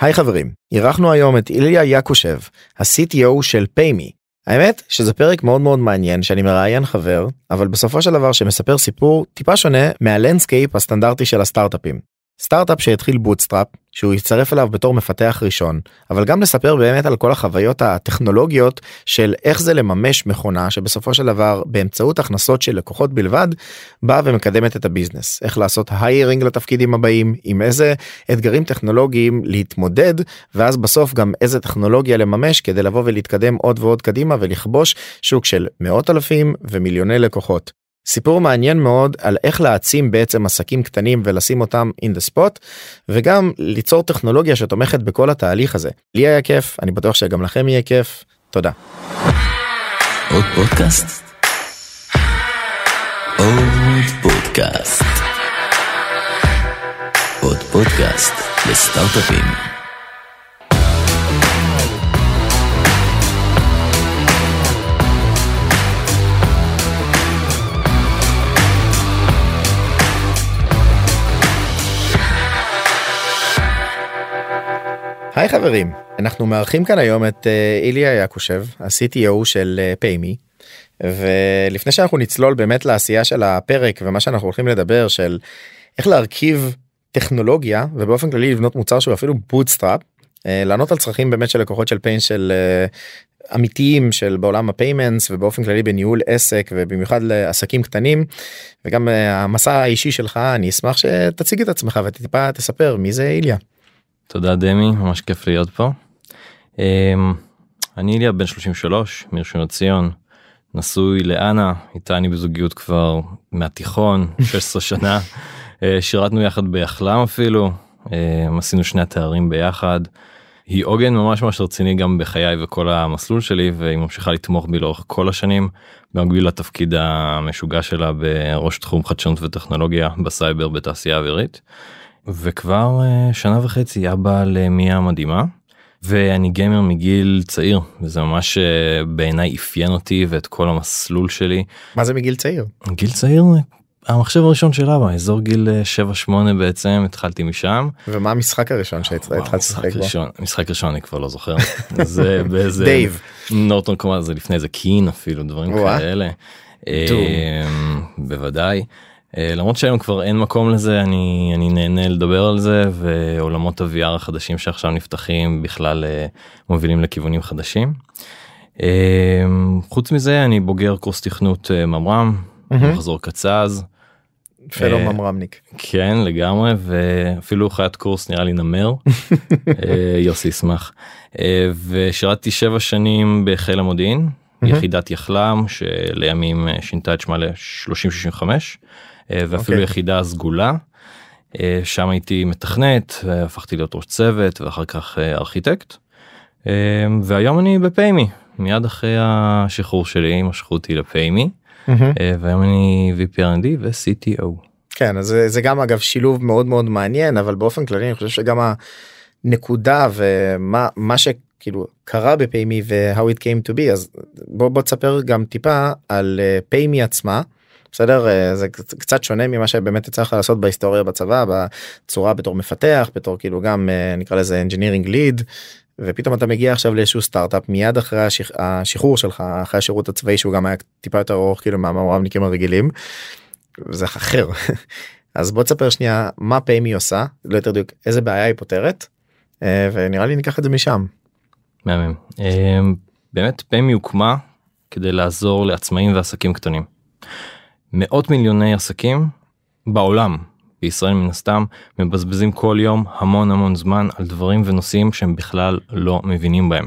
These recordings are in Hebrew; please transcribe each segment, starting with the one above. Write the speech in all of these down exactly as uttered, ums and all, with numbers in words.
היי חברים, אירחנו היום את איליה יעקושב, ה-סי טי או של פיימי. האמת שזה פרק מאוד מאוד מעניין שאני מראיין חבר, אבל בסופו של דבר שמספר סיפור טיפה שונה מהלנדסקייפ הסטנדרטי של הסטארט-אפים. סטארט-אפ שהתחיל בוטסטראפ, שהוא יצטרף אליו בתור מפתח ראשון, אבל גם לספר באמת על כל החוויות הטכנולוגיות של איך זה לממש מכונה שבסופו של דבר באמצעות הכנסות של לקוחות בלבד, באה ומקדמת את הביזנס. איך לעשות היירינג לתפקידים הבאים, עם איזה אתגרים טכנולוגיים להתמודד, ואז בסוף גם איזה טכנולוגיה לממש כדי לבוא ולהתקדם עוד ועוד קדימה ולכבוש שוק של מאות אלפים ומיליוני לקוחות. סיפור מעניין מאוד על איך להעצים בעצם עסקים קטנים ולשים אותם in the spot, וגם ליצור טכנולוגיה שתומכת בכל התהליך הזה. לי היה כיף, אני בטוח שגם לכם יהיה כיף. תודה. עוד פודקאסט? עוד פודקאסט. עוד פודקאסט לסטארט-אפים. היי חברים, אנחנו מארחים כאן היום את איליה יעקושב, ה-סי טי או של פיימי, ולפני שאנחנו נצלול באמת לעשייה של הפרק ומה שאנחנו הולכים לדבר של איך להרכיב טכנולוגיה ובאופן כללי לבנות מוצר שהוא אפילו בוטסטראפ, לענות על צרכים באמת של לקוחות של פיין של אמיתיים של בעולם הפיימנטס ובאופן כללי בניהול עסק ובמיוחד לעסקים קטנים, וגם המסע האישי שלך, אני אשמח שתציג את עצמך וטיפה תספר מי זה איליה. תודה דמי, ממש כיף להיות פה. אני איליה בן שלושים ושלוש, מראשון לציון, נשוי לאנה, איתה אני בזוגיות כבר מהתיכון, שש עשרה שנה, שירתנו יחד ביחלם אפילו, עשינו שני התארים ביחד, היא עוגן ממש ממש רציני גם בחיי וכל המסלול שלי, והיא ממשיכה לתמוך בי לאורך כל השנים, במקביל לתפקיד המשוגע שלה בראש תחום חדשנות וטכנולוגיה בסייבר בתעשייה האווירית. וכבר שנה וחצי אבא למיה מדהימה, ואני גיימר מגיל צעיר, וזה ממש בעיניי אפיין אותי ואת כל המסלול שלי. מה זה מגיל צעיר? גיל צעיר, המחשב הראשון של אבא, אזור גיל שבע שמונה בעצם, התחלתי משם. ומה המשחק הראשון שהתחלת לשחק בו? משחק ראשון אני כבר לא זוכר. זה באיזה... דייב. נורטון קומנד, זה לפני זה קין אפילו, דברים כאלה. בוודאי. למרות שהיום כבר אין מקום לזה, אני, אני נהנה לדבר על זה, ועולמות ה-וי אר החדשים שעכשיו נפתחים בכלל מובילים לכיוונים חדשים. חוץ מזה, אני בוגר קורס תכנות ממר"ם, מחזור קצז. פלו ממר"מניק. כן, לגמרי, ואפילו חיית קורס נראה לי נמר. יוסי ישמח. ושירתתי שבע שנים בחיל המודיעין, יחידת יחלם, שלימים שינתה את שמה ל-שלושים שישים וחמש. ואפילו okay. יחידה סגולה, שם הייתי מתכנת, והפכתי להיות ראש צוות, ואחר כך ארכיטקט, והיום אני בפיימי, מיד אחרי השחרור שלי, משכו אותי לפיימי, mm-hmm. והיום אני וי פי אר אנד די ו-סי טי או. כן, אז זה, זה גם אגב שילוב מאוד מאוד מעניין, אבל באופן כללי אני חושב שגם הנקודה ומה מה שכאילו קרה בפיימי ו-how it came to be, אז בוא, בוא תספר גם טיפה על פיימי עצמה, בסדר? זה קצת שונה ממה שבאמת צריך לעשות בהיסטוריה בצבא, בצורה בתור מפתח, בתור כאילו גם נקרא לזה engineering lead, ופתאום אתה מגיע עכשיו לאיזשהו סטארט-אפ מיד אחרי השחרור שלך, אחרי השירות הצבאי שהוא גם היה טיפה יותר ארוך כאילו מהממר"מניקים הרגילים, זה אחר. אז בוא תספר שנייה מה פיימי עושה, לא יותר דיוק איזה בעיה היא פותרת, ונראה לי ניקח את זה משם. מהמם. באמת פיימי הוקמה כדי לעזור לעצמאים ועסקים קטנים. מאות מיליוני עסקים בעולם, בישראל מן הסתם, מבזבזים כל יום המון המון זמן על דברים ונושאים שהם בכלל לא מבינים בהם.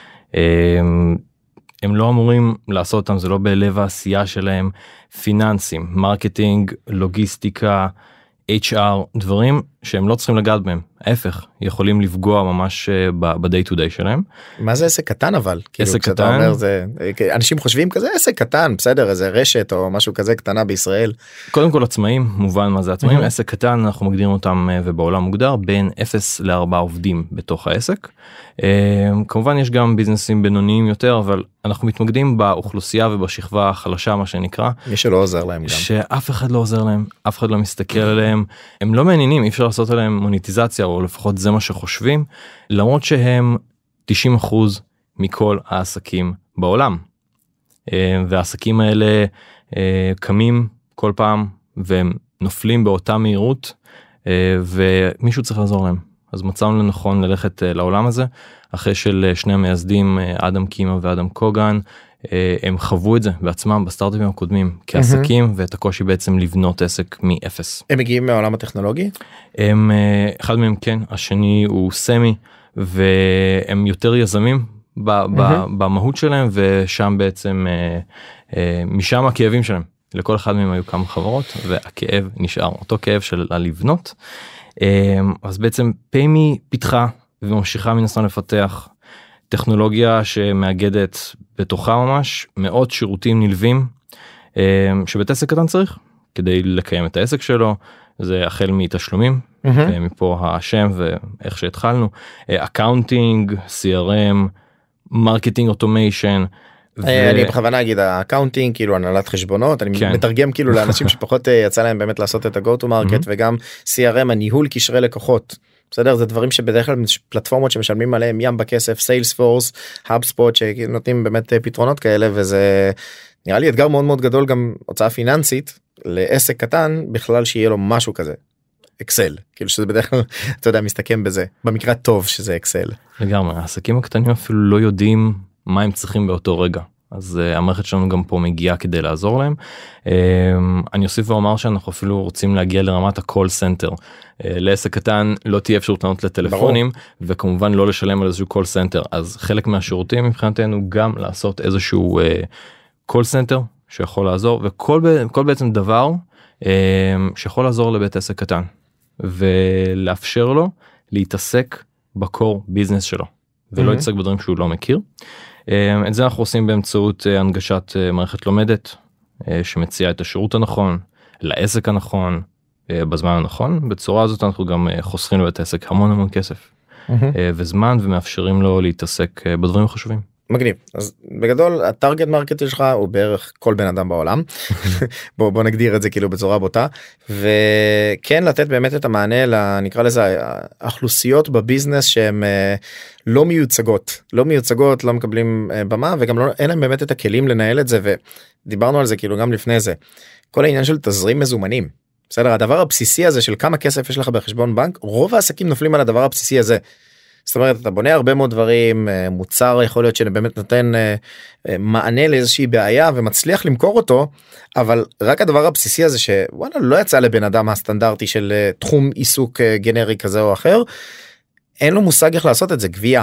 הם לא אמורים לעשות אותם, זה לא בלב העשייה שלהם, פיננסים, מרקטינג, לוגיסטיקה, אייץ' אר, דברים שהם לא צריכים לגעת בהם, ההפך, יכולים לפגוע ממש ב-day to day שלהם. מה זה עסק קטן אבל? עסק קטן? אומר, זה, אנשים חושבים כזה עסק קטן, בסדר, איזה רשת או משהו כזה קטנה בישראל. קודם כל עצמאים, מובן מה זה עצמאים, עסק קטן אנחנו מגדירים אותם ובעולם מוגדר בין אפס לארבעה עובדים בתוך העסק. כמובן יש גם ביזנסים בינוניים יותר, אבל אנחנו מתמקדים באוכלוסייה ובשכבה החלשה מה שנקרא. מי שלא עוזר להם גם. שאף אחד לא עוזר להם, אף אחד לא מסתכל עליהם, הם לא מעניינים, אי אפשר לעשות עליהם מוניטיזציה, או לפחות זה מה שחושבים, למרות שהם תשעים אחוז מכל העסקים בעולם. והעסקים האלה קמים כל פעם, והם נופלים באותה מהירות, ומישהו צריך לעזור להם. אז מצאנו לנכון ללכת לעולם הזה, אחרי של שני המייסדים, אדם קימה ואדם קוגן, הם חוו את זה בעצמם בסטארט-אפים הקודמים כעסקים, ואת הקושי בעצם לבנות עסק מאפס. הם מגיעים מהעולם הטכנולוגי? הם, אחד מהם כן, השני הוא סמי, והם יותר יזמים במהות שלהם, ושם בעצם, משם הכאבים שלהם. לכל אחד מהם היו כמה חברות, והכאב נשאר אותו כאב של לבנות. אז בעצם פיימי פיתחה וממשיכה מן הסתם לפתח טכנולוגיה שמאגדת בתוכה ממש מאות שירותים נלווים שבית עסק קטן צריך כדי לקיים את העסק שלו. זה החל מתשלומים, מפה השם ואיך שהתחלנו, אקאונטינג, סי אר אם, מרקטינג אוטומיישן. אני בכוונה אגיד האקאונטינג כאילו הנהלת חשבונות, אני מתרגם כאילו לאנשים שפחות יצא להם באמת לעשות את ה-go to market, וגם סי אר אם הניהול קשרי לקוחות. בסדר, זה דברים שבדרך כלל פלטפורמות שמשלמים עליהם ים בכסף, סיילספורס, האבספוט שנותנים באמת פתרונות כאלה, וזה נראה לי אתגר מאוד מאוד גדול, גם הוצאה פיננסית לעסק קטן בכלל שיהיה לו משהו כזה. אקסל, כאילו שזה בדרך כלל, אתה יודע, מסתכם בזה, במקרה טוב שזה אקסל. לגמרי, העסקים הקטנים אפילו לא יודעים מה הם צריכים באותו רגע. אז uh, המערכת שלנו גם פה מגיעה כדי לעזור להם. Uh, אני אוסיף ואומר שאנחנו אפילו רוצים להגיע לרמת ה-call center. Uh, לעסק קטן לא תהיה אפשרות לענות לטלפונים, ברור. וכמובן לא לשלם על איזשהו call center. אז חלק מהשירותים מבחינתנו גם לעשות איזשהו uh, call center שיכול לעזור, וכל כל בעצם דבר uh, שיכול לעזור לבית עסק קטן, ולאפשר לו להתעסק בקור ביזנס שלו, ולא להתעסק mm-hmm. בדברים שהוא לא מכיר. את זה אנחנו עושים באמצעות הנגשת מערכת לומדת שמציעה את השירות הנכון לעסק הנכון בזמן הנכון. בצורה הזאת אנחנו גם חוסכים לבית העסק המון המון כסף וזמן, ומאפשרים לו להתעסק בדברים החשובים. מגניב. אז בגדול הטארגט מרקט שלך הוא בערך כל בן אדם בעולם. בוא בוא נגדיר את זה כאילו בצורה בוטה, וכן לתת באמת את המענה נקרא לזה האוכלוסיות בביזנס שהם לא מיוצגות לא מיוצגות לא מקבלים במה, וגם לא אין להם באמת את הכלים לנהל את זה. ודיברנו על זה כאילו גם לפני זה, כל העניין של תזרים מזומנים. בסדר, הדבר הבסיסי הזה של כמה כסף יש לך בחשבון בנק, רוב העסקים נופלים על הדבר הבסיסי הזה. זאת אומרת, אתה בונה הרבה מאוד דברים, מוצר יכול להיות שבאמת נותן מענה לאיזושהי בעיה ומצליח למכור אותו, אבל רק הדבר הבסיסי הזה שוואלה לא יצא לבן אדם הסטנדרטי של תחום עיסוק גנרי כזה או אחר, אין לו מושג איך לעשות את זה, גבייה.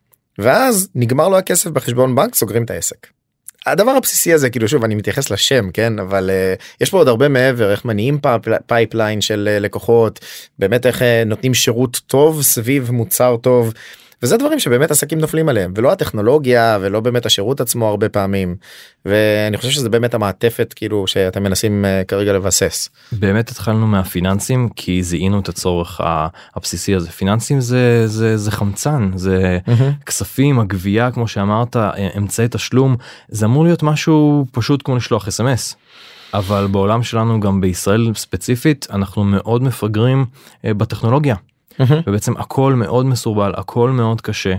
ואז נגמר לו הכסף בחשבון בנק, סוגרים את העסק. הדבר הבסיסי הזה, כאילו שוב אני מתייחס לשם, כן, אבל uh, יש פה עוד הרבה מעבר, איך מניעים פייפליין של uh, לקוחות, באמת איך uh, נותנים שירות טוב סביב מוצר טוב, וזה דברים שבאמת עסקים נופלים עליהם, ולא הטכנולוגיה ולא באמת השירות עצמו הרבה פעמים, ואני חושב שזה באמת המעטפת כאילו שאתם מנסים uh, כרגע לבסס. באמת התחלנו מהפיננסים כי זיהינו את הצורך הבסיסי הזה. פיננסים זה זה זה חמצן, זה mm-hmm. כספים, הגבייה כמו שאמרת, אמצעי תשלום, זה אמור להיות משהו פשוט כמו לשלוח אס אם אס. אבל בעולם שלנו גם בישראל ספציפית אנחנו מאוד מפגרים uh, בטכנולוגיה. ובעצם הכל מאוד מסורבל, הכל מאוד קשה,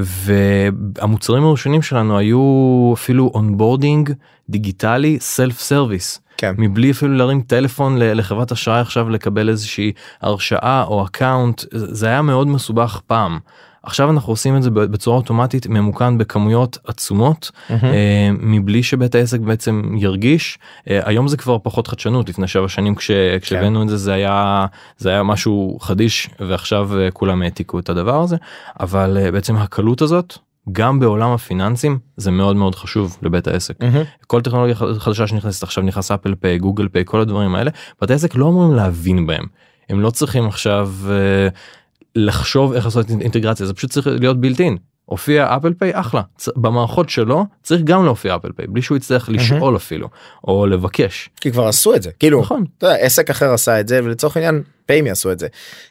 והמוצרים הראשונים שלנו היו אפילו אונבורדינג דיגיטלי סלף סרוויס, מבלי אפילו להרים טלפון לחברת אשראי עכשיו לקבל איזושהי הרשאה או אקאונט. זה היה מאוד מסובך פעם. עכשיו אנחנו עושים את זה בצורה אוטומטית, ממוקן בכמויות עצומות, mm-hmm. אה, מבלי שבית העסק בעצם ירגיש. אה, היום זה כבר פחות חדשנות, לפני שבע שנים כש, כשבאנו את זה, זה היה, זה היה משהו חדיש, ועכשיו אה, כולם העתיקו את הדבר הזה, אבל אה, בעצם הקלות הזאת, גם בעולם הפיננסים, זה מאוד מאוד חשוב לבית העסק. Mm-hmm. כל טכנולוגיה חדשה שנכנסת, עכשיו נכנס אפל פיי, גוגל פיי, כל הדברים האלה, בית העסק לא אמורים להבין בהם. הם לא צריכים עכשיו... אה, לחשוב איך לעשות אינטגרציה, זה פשוט צריך להיות בילטין. הופיע אפל פיי, אחלה. במערכות שלו צריך גם להופיע אפל פיי, בלי שהוא יצטרך לשאול אפילו, או לבקש. כי כבר עשו את זה, כאילו, נכון. אתה יודע, עסק אחר עשה את זה, ולצורך העניין פיימי עשו את זה.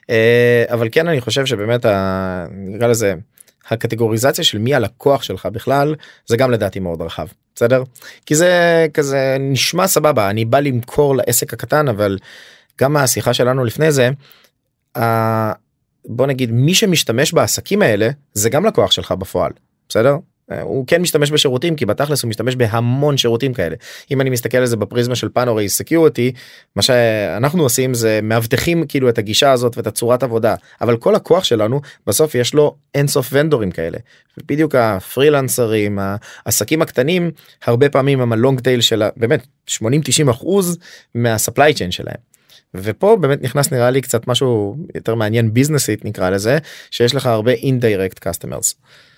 אבל כן, אני חושב שבאמת, נראה לזה, הקטגוריזציה של מי הלקוח שלך בכלל, זה גם לדעתי מאוד רחב, בסדר? כי זה כזה נשמע סבבה, אני בא למכור לעסק הקטן, אבל גם מהשיחה שלנו לפני זה, בוא נגיד מי שמשתמש בעסקים האלה זה גם לקוח שלך בפועל, בסדר? הוא כן משתמש בשירותים כי בתכלס הוא משתמש בהמון שירותים כאלה. אם אני מסתכל על זה בפריזמה של פאנורי סקיוריטי, מה שאנחנו עושים זה מאבטחים כאילו את הגישה הזאת ואת הצורת עבודה, אבל כל לקוח שלנו בסוף יש לו אינסוף ונדורים כאלה. בדיוק הפרילנסרים, העסקים הקטנים, הרבה פעמים הם הלונג טייל של באמת שמונים תשעים אחוז מהספליי צ'יין שלהם. ופה באמת נכנס נראה לי קצת משהו יותר מעניין ביזנסית נקרא לזה, שיש לך הרבה indirect customers.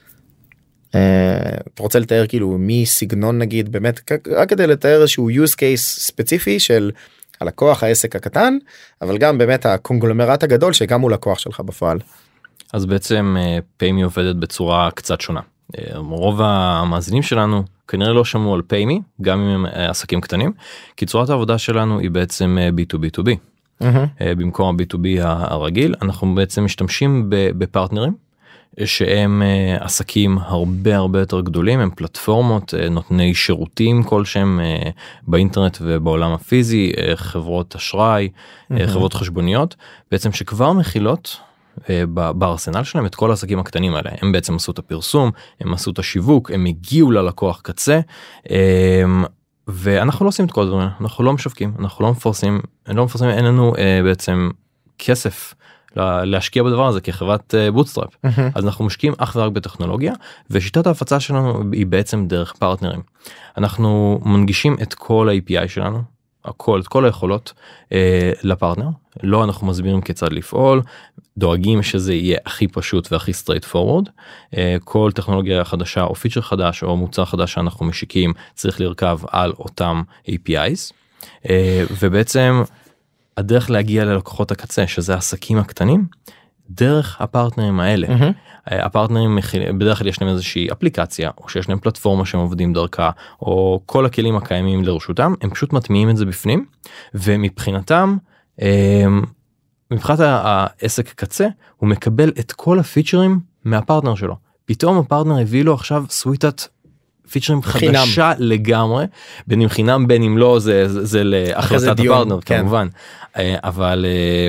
אתה רוצה לתאר כאילו מי סגנון נגיד באמת רק כדי לתאר איזשהו use case ספציפי של הלקוח העסק הקטן, אבל גם באמת הקונגלומרט הגדול שגם הוא לקוח שלך בפועל. אז בעצם פיימי עובדת בצורה קצת שונה. רוב המאזינים שלנו כנראה לא שמעו על פיימי, גם אם הם עסקים קטנים, כי צורת העבודה שלנו היא בעצם בי טו בי טו בי. במקום ה-בי טו בי הרגיל, אנחנו בעצם משתמשים בפרטנרים, שהם עסקים הרבה הרבה יותר גדולים, הם פלטפורמות, נותני שירותים כלשהם באינטרנט ובעולם הפיזי, חברות אשראי, חברות חשבוניות, בעצם שכבר מכילות בארסנל שלהם את כל העסקים הקטנים האלה. הם בעצם עשו את הפרסום, הם עשו את השיווק, הם הגיעו ללקוח קצה, ואנחנו לא עושים את כל הדברים, אנחנו לא משווקים, אנחנו לא מפרסמים, לא מפרסמים, אין לנו בעצם כסף להשקיע בדבר הזה כחברת בוטסטראפ. אז אנחנו משקיעים אך ורק בטכנולוגיה, ושיטת ההפצה שלנו היא בעצם דרך פרטנרים. אנחנו מנגישים את כל ה-איי פי איי שלנו, הכל, את כל היכולות אה, לפרטנר. לא אנחנו מסבירים כיצד לפעול, דואגים שזה יהיה הכי פשוט והכי straight forward. אה, כל טכנולוגיה חדשה או פיצ'ר חדש או מוצר חדש שאנחנו משיקים צריך לרכב על אותם איי פי איז. אה, ובעצם הדרך להגיע ללקוחות הקצה, שזה העסקים הקטנים, דרך הפרטנרים האלה. Mm-hmm. הפרטנרים בדרך כלל יש להם איזושהי אפליקציה, או שיש להם פלטפורמה שהם עובדים דרכה, או כל הכלים הקיימים לרשותם, הם פשוט מטמיעים את זה בפנים, ומבחינתם, מבחינת העסק קצה, הוא מקבל את כל הפיצ'רים מהפרטנר שלו. פתאום הפרטנר הביא לו עכשיו סוויטת פיצ'רים חדשה לגמרי, בין אם חינם בין אם לא, זה, זה, זה להחלטת הפרטנר כן. כמובן, אבל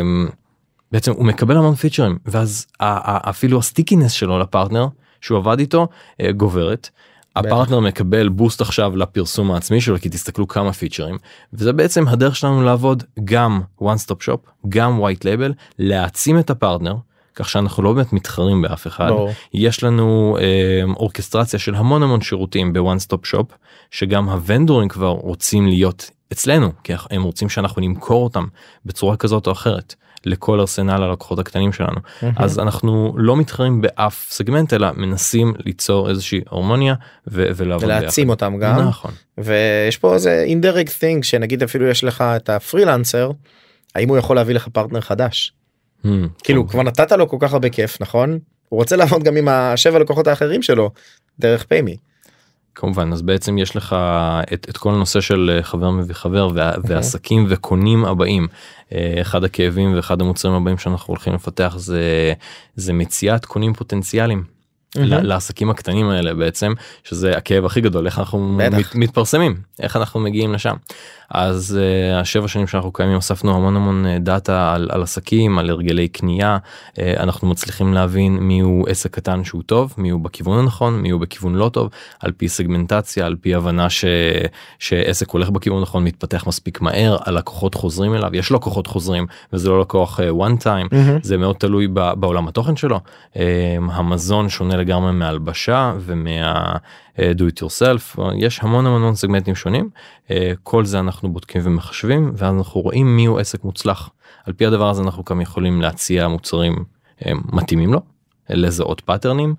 בעצם הוא מקבל המון פיצ'רים, ואז אפילו הסטיקינס שלו לפרטנר, שהוא עבד איתו, גוברת, הפרטנר מקבל בוסט עכשיו לפרסום העצמי שלו, כי תסתכלו כמה פיצ'רים, וזה בעצם הדרך שלנו לעבוד גם one stop shop, גם white label, להעצים את הפרטנר, כך שאנחנו לא באמת מתחרים באף אחד. בוא. יש לנו אה, אורקסטרציה של המון המון שירותים ב-one stop shop, שגם הוונדורים כבר רוצים להיות אצלנו, כי הם רוצים שאנחנו נמכור אותם בצורה כזאת או אחרת, לכל ארסנל הלקוחות הקטנים שלנו. Mm-hmm. אז אנחנו לא מתחרים באף סגמנט, אלא מנסים ליצור איזושהי הרמוניה ו- ולעבוד ביחד. ולהעצים אותם גם. נכון. ויש פה איזה indirect thing, שנגיד אפילו יש לך את הפרילנסר, האם הוא יכול להביא לך פרטנר חדש? Hmm, כאילו כבר נתת לו כל כך הרבה כיף, נכון? הוא רוצה לעבוד גם עם השבע לקוחות האחרים שלו דרך פיימי. כמובן, אז בעצם יש לך את, את כל הנושא של חבר מביא חבר וה, okay. ועסקים וקונים הבאים. אחד הכאבים ואחד המוצרים הבאים שאנחנו הולכים לפתח זה, זה מציאת קונים פוטנציאליים. Mm-hmm. לעסקים הקטנים האלה בעצם, שזה הכאב הכי גדול, איך אנחנו מת, מתפרסמים, איך אנחנו מגיעים לשם. אז uh, השבע שנים שאנחנו קיימים, אספנו המון המון דאטה על, על עסקים, על הרגלי קנייה, uh, אנחנו מצליחים להבין מי הוא עסק קטן שהוא טוב, מי הוא בכיוון הנכון, מי הוא בכיוון לא טוב, על פי סגמנטציה, על פי הבנה ש, שעסק הולך בכיוון נכון, מתפתח מספיק מהר, הלקוחות חוזרים אליו, יש לקוחות חוזרים, וזה לא לקוח uh, one time, mm-hmm. זה מאוד תלוי ב, בעולם התוכן שלו, uh, המזון שונה לגמרי מהלבשה ומה do it yourself, יש המון המון סגמנטים שונים, כל זה אנחנו בודקים ומחשבים, ואז אנחנו רואים מי הוא עסק מוצלח. על פי הדבר הזה אנחנו גם יכולים להציע מוצרים מתאימים לו, לזהות פאטרנים,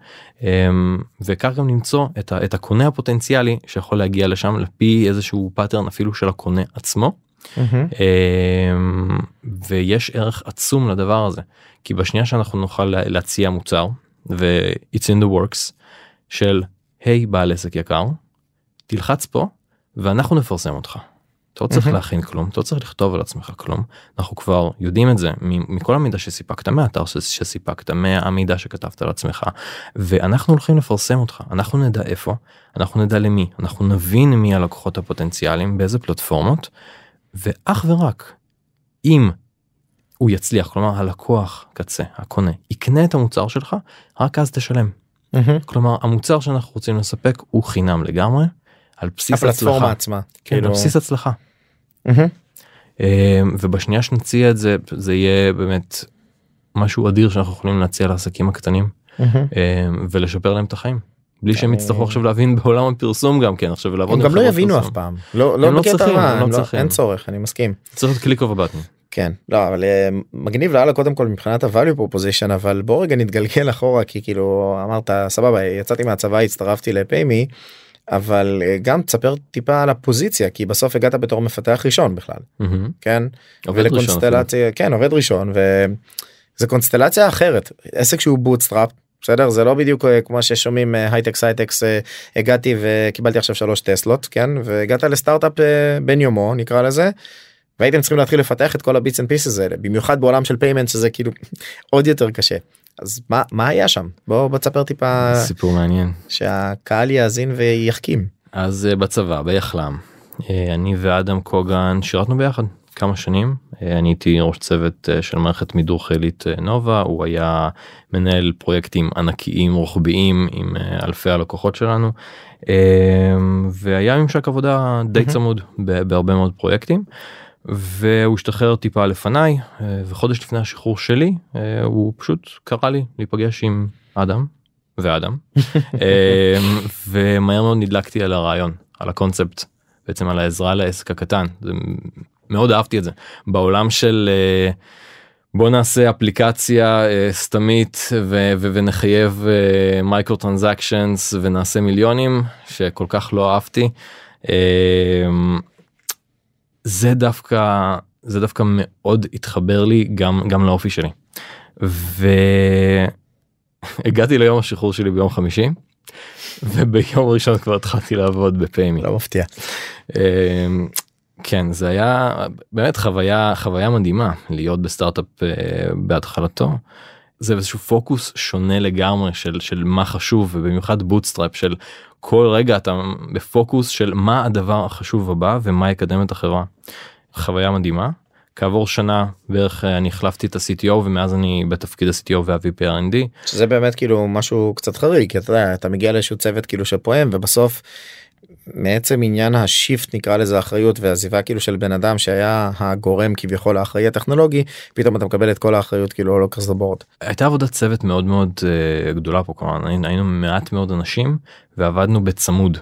וכך גם למצוא את, את הקונה הפוטנציאלי שיכול להגיע לשם, לפי איזשהו פאטרן אפילו של הקונה עצמו, mm-hmm. ויש ערך עצום לדבר הזה, כי בשנייה שאנחנו נוכל להציע מוצר, ו-it's in the works, של היי בעל עסק יקר, תלחץ פה ואנחנו נפרסם אותך. אתה לא צריך mm-hmm. להכין כלום, אתה לא צריך לכתוב על עצמך כלום, אנחנו כבר יודעים את זה מכל המידע שסיפקת, מהאתר שסיפקת, מהמידע שכתבת על עצמך, ואנחנו הולכים לפרסם אותך, אנחנו נדע איפה, אנחנו נדע למי, אנחנו נבין מי הלקוחות הפוטנציאליים, באיזה פלטפורמות, ואך ורק, אם הוא יצליח, כלומר הלקוח קצה, הקונה, יקנה את המוצר שלך, רק אז תשלם. כלומר המוצר שאנחנו רוצים לספק הוא חינם לגמרי, על בסיס הצלחה. הפלטפורמה עצמה. כן, על בסיס הצלחה. ובשנייה שנציע את זה, זה יהיה באמת משהו אדיר שאנחנו יכולים להציע לעסקים הקטנים, ולשפר להם את החיים. בלי שהם יצטרכו עכשיו להבין בעולם הפרסום גם כן, עכשיו לעבוד. הם גם לא יבינו אף פעם. לא בקטע מה, אין צורך, אני מסכים. צריך להיות קליק אוף הבטן. כן, לא, אבל מגניב לעלה קודם כל מבחינת ה-value proposition, אבל בוא רגע נתגלגל אחורה, כי כאילו אמרת, סבבה, יצאתי מהצבא, הצטרפתי לפיימי, אבל גם תספר טיפה על הפוזיציה, כי בסוף הגעת בתור מפתח ראשון בכלל, כן? עובד ראשון. כן, עובד ראשון, וזה קונסטלציה אחרת, עסק שהוא בוטסטראפ, בסדר? זה לא בדיוק כמו ששומעים הייטקס הייטקס, הגעתי וקיבלתי עכשיו שלוש טסלות, כן? והגעת לסטארט-אפ בן יומו, נקרא לזה, והייתם צריכים להתחיל לפתח את כל הביטס אנד פיסס האלה, במיוחד בעולם של פיימנט, שזה כאילו עוד יותר קשה. אז מה, מה היה שם? בוא תספר טיפה. סיפור מעניין. שהקהל יאזין ויחכים. אז בצבא, ביחלם, אני ואדם קוגן שירתנו ביחד כמה שנים. אני הייתי ראש צוות של מערכת מידור חילית נובה, הוא היה מנהל פרויקטים ענקיים רוחביים עם אלפי הלקוחות שלנו, והיה ממשק עבודה די צמוד בהרבה מאוד פרויקטים. והוא השתחרר טיפה לפניי, וחודש לפני השחרור שלי הוא פשוט קרא לי להיפגש עם אדם ואדם, ומהר מאוד נדלקתי על הרעיון, על הקונספט, בעצם על העזרה לעסק הקטן. מאוד אהבתי את זה בעולם של בוא נעשה אפליקציה סתמית ונחייב מייקרו טרנזקשנס ונעשה מיליונים, שכל כך לא אהבתי. זה דווקא, זה דווקא מאוד התחבר לי גם, גם לאופי שלי. והגעתי ליום השחרור שלי ביום חמישי, וביום ראשון כבר התחלתי לעבוד בפיימי. לא מפתיע. כן, זה היה באמת חוויה, חוויה מדהימה להיות בסטארט-אפ בהתחלתו. זה איזשהו פוקוס שונה לגמרי של, של מה חשוב, ובמיוחד בוטסטראפ של כל רגע אתה בפוקוס של מה הדבר החשוב הבא ומה יקדם את החברה. חוויה מדהימה. כעבור שנה בערך אני החלפתי את ה-סי טי או, ומאז אני בתפקיד ה-סי טי או וה-וי פי אר אנד די. שזה באמת כאילו משהו קצת חריג, כי אתה יודע, אתה מגיע לאיזשהו צוות כאילו שפועם, ובסוף מעצם עניין השיפט נקרא לזה אחריות, והעזיבה כאילו של בן אדם שהיה הגורם כביכול האחראי הטכנולוגי, פתאום אתה מקבל את כל האחריות כאילו לא כזה בורד. הייתה עבודת צוות מאוד מאוד uh, גדולה פה, כלומר היינו מעט מאוד אנשים ועבדנו בצמוד.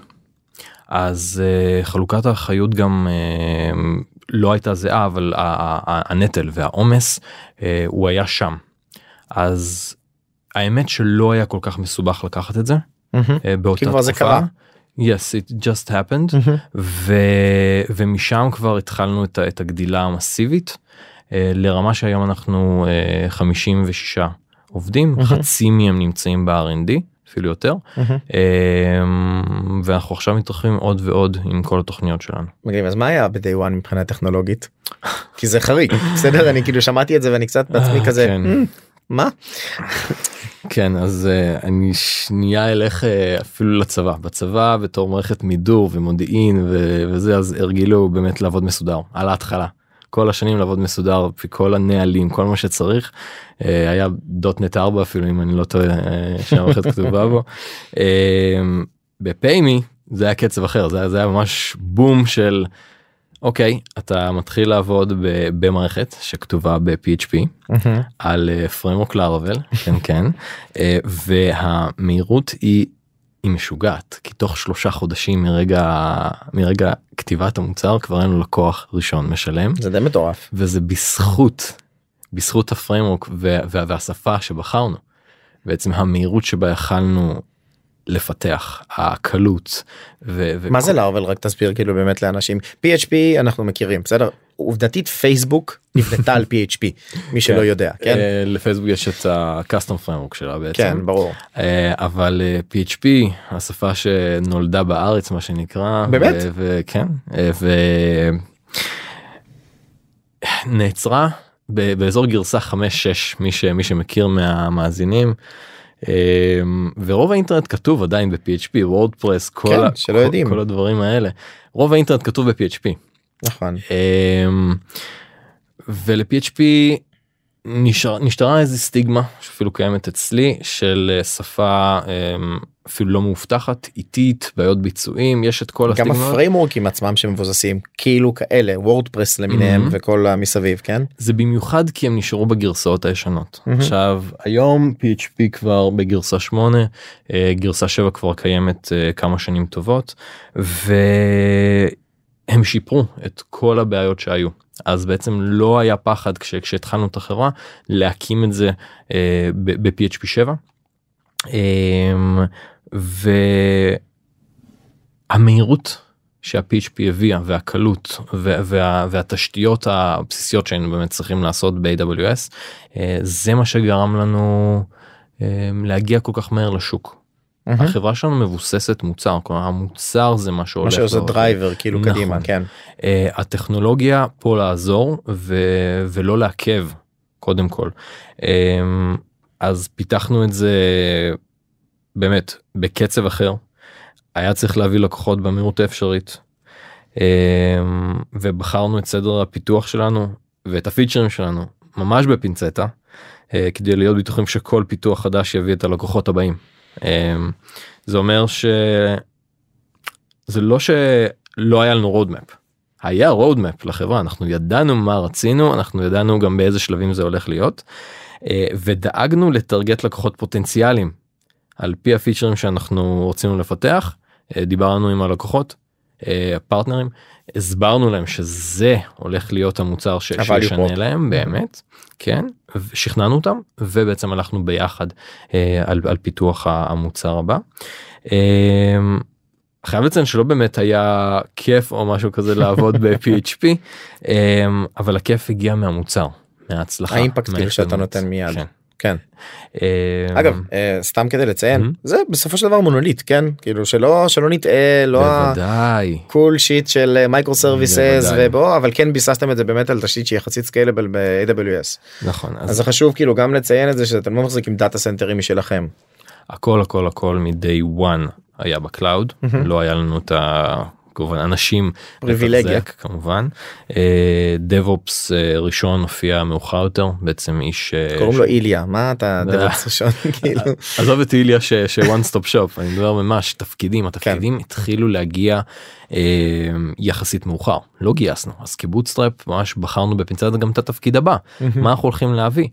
אז uh, חלוקת האחריות גם uh, לא הייתה זהה, אבל הנטל והעומס uh, הוא היה שם. אז האמת שלא היה כל כך מסובך לקחת את זה. Mm-hmm. Uh, באותה תקופה. זה קרה. Yes, it just happened, mm-hmm. ו, ומשם כבר התחלנו את, את הגדילה המסיבית, uh, לרמה שהיום אנחנו uh, חמישים ושישה עובדים, mm-hmm. חצי מהם נמצאים ב-אר אנד די, אפילו יותר, mm-hmm. uh, ואנחנו עכשיו מתרחבים עוד ועוד עם כל התוכניות שלנו. מגניב, אז מה היה ב-day one מבחינה טכנולוגית? כי זה חריג, בסדר? אני כאילו שמעתי את זה ואני קצת בעצמי כזה, כן. מה? כן, אז uh, אני שנייה אלך uh, אפילו לצבא. בצבא בתור מערכת מידור ומודיעין ו- וזה, אז הרגילו באמת לעבוד מסודר על ההתחלה. כל השנים לעבוד מסודר, כל הנהלים, כל מה שצריך. uh, היה דוט נט ארבע אפילו, אם אני לא טועה, uh, שהמערכת כתובה בו. uh, בפיימי זה היה קצב אחר, זה, זה היה ממש בום של אוקיי, אתה מתחיל לעבוד במערכת שכתובה ב-פי אייץ' פי על פריימוורק לארוול, כן כן, והמהירות היא היא משוגעת, כי תוך שלושה חודשים מרגע מרגע כתיבת המוצר כבר אין לו לקוח ראשון משלם. זה די מטורף. וזה בזכות, בזכות הפריימוורק והשפה שבחרנו. בעצם המהירות שבה יכלנו לפתח, הקלות. מה זה לארוול? רק תסביר כאילו באמת לאנשים. פי אייץ' פי אנחנו מכירים, בסדר? עובדתית פייסבוק נבנתה על פי אייץ' פי, מי שלא יודע, כן? לפייסבוק יש את ה-custom framework שלה בעצם. כן, ברור. אבל פי אייץ' פי, השפה שנולדה בארץ, מה שנקרא. באמת? כן, ונעצרה באזור גרסה חמש שש, מי שמכיר מהמאזינים. ורוב האינטרנט כתוב עדיין ב-פי אייץ' פי, וורדפרס, כל, כן, ה- שלא כל, יודעים. כל הדברים האלה. רוב האינטרנט כתוב ב-פי אייץ' פי. נכון. ול-פי אייץ' פי נשאר, נשארה איזו סטיגמה שאפילו קיימת אצלי של שפה אפילו לא מאובטחת, איטית, בעיות ביצועים, יש את כל הסטיגמה. גם הפריימורקים עצמם שמבוססים כאילו כאלה, וורדפרס למיניהם mm-hmm. וכל המסביב, כן? זה במיוחד כי הם נשארו בגרסאות הישנות. Mm-hmm. עכשיו, היום פי אייץ' פי כבר בגרסה שמונה, גרסה שבע כבר קיימת כמה שנים טובות, והם שיפרו את כל הבעיות שהיו. אז בעצם לא היה פחד כש, כשהתחלנו את החברה להקים את זה אה, ב-פי אייץ' פי שבע. אה, והמהירות שה-פי אייץ' פי הביאה והקלות וה, וה, והתשתיות הבסיסיות שהיינו באמת צריכים לעשות ב-איי דאבליו אס, אה, זה מה שגרם לנו אה, להגיע כל כך מהר לשוק. Mm-hmm. החברה שלנו מבוססת מוצר, כלומר המוצר זה מה שהולך. מה שעושה דרייבר, כאילו נכון. קדימה, כן. Uh, הטכנולוגיה פה לעזור ו- ולא לעכב, קודם כל. Um, אז פיתחנו את זה באמת בקצב אחר, היה צריך להביא לקוחות במהירות האפשרית, um, ובחרנו את סדר הפיתוח שלנו ואת הפיצ'רים שלנו ממש בפינצטה, uh, כדי להיות בטוחים שכל פיתוח חדש יביא את הלקוחות הבאים. זה אומר שזה לא שלא היה לנו רודמפ, היה רודמפ לחברה, אנחנו ידענו מה רצינו, אנחנו ידענו גם באיזה שלבים זה הולך להיות, ודאגנו לטרגט לקוחות פוטנציאליים על פי הפיצ'רים שאנחנו רצינו לפתח. דיברנו עם הלקוחות, הפרטנרים, הסברנו להם שזה הולך להיות המוצר שישנה להם באמת, כן, שכנענו אותם ובעצם הלכנו ביחד אה, על, על פיתוח המוצר הבא. אה, חייב לציין שלא באמת היה כיף או משהו כזה לעבוד ב-פי אייץ' פי, אה, אבל הכיף הגיע מהמוצר, מההצלחה. האימפקט כאילו שאתה נותן מיד. כן. כן. אגב, סתם כדי לציין, זה בסופו של דבר מונוליט, כן? כאילו שלא שלא נטעה, לא הקול שיט של מייקרו סרוויסס ובו, אבל כן ביססתם את זה באמת על תשתית שהיא יחסית סקיילבל ב-איי דאבליו אס. נכון. אז זה חשוב כאילו גם לציין את זה שאתם לא מחזיקים דאטה סנטרים משלכם. הכל הכל הכל מ-day one היה בקלאוד, לא היה לנו את ה... כמובן אנשים פריבילגיה כמובן. דב-אופס ראשון הופיע מאוחר יותר, בעצם איש קוראים לו איליה, מה אתה דב-אופס ראשון כאילו? עזוב את איליה ש-one stop shop, אני מדבר ממש תפקידים, התפקידים התחילו להגיע יחסית מאוחר, לא גייסנו, אז כבוטסטראפ ממש בחרנו בפינצטה גם את התפקיד הבא, מה אנחנו הולכים להביא,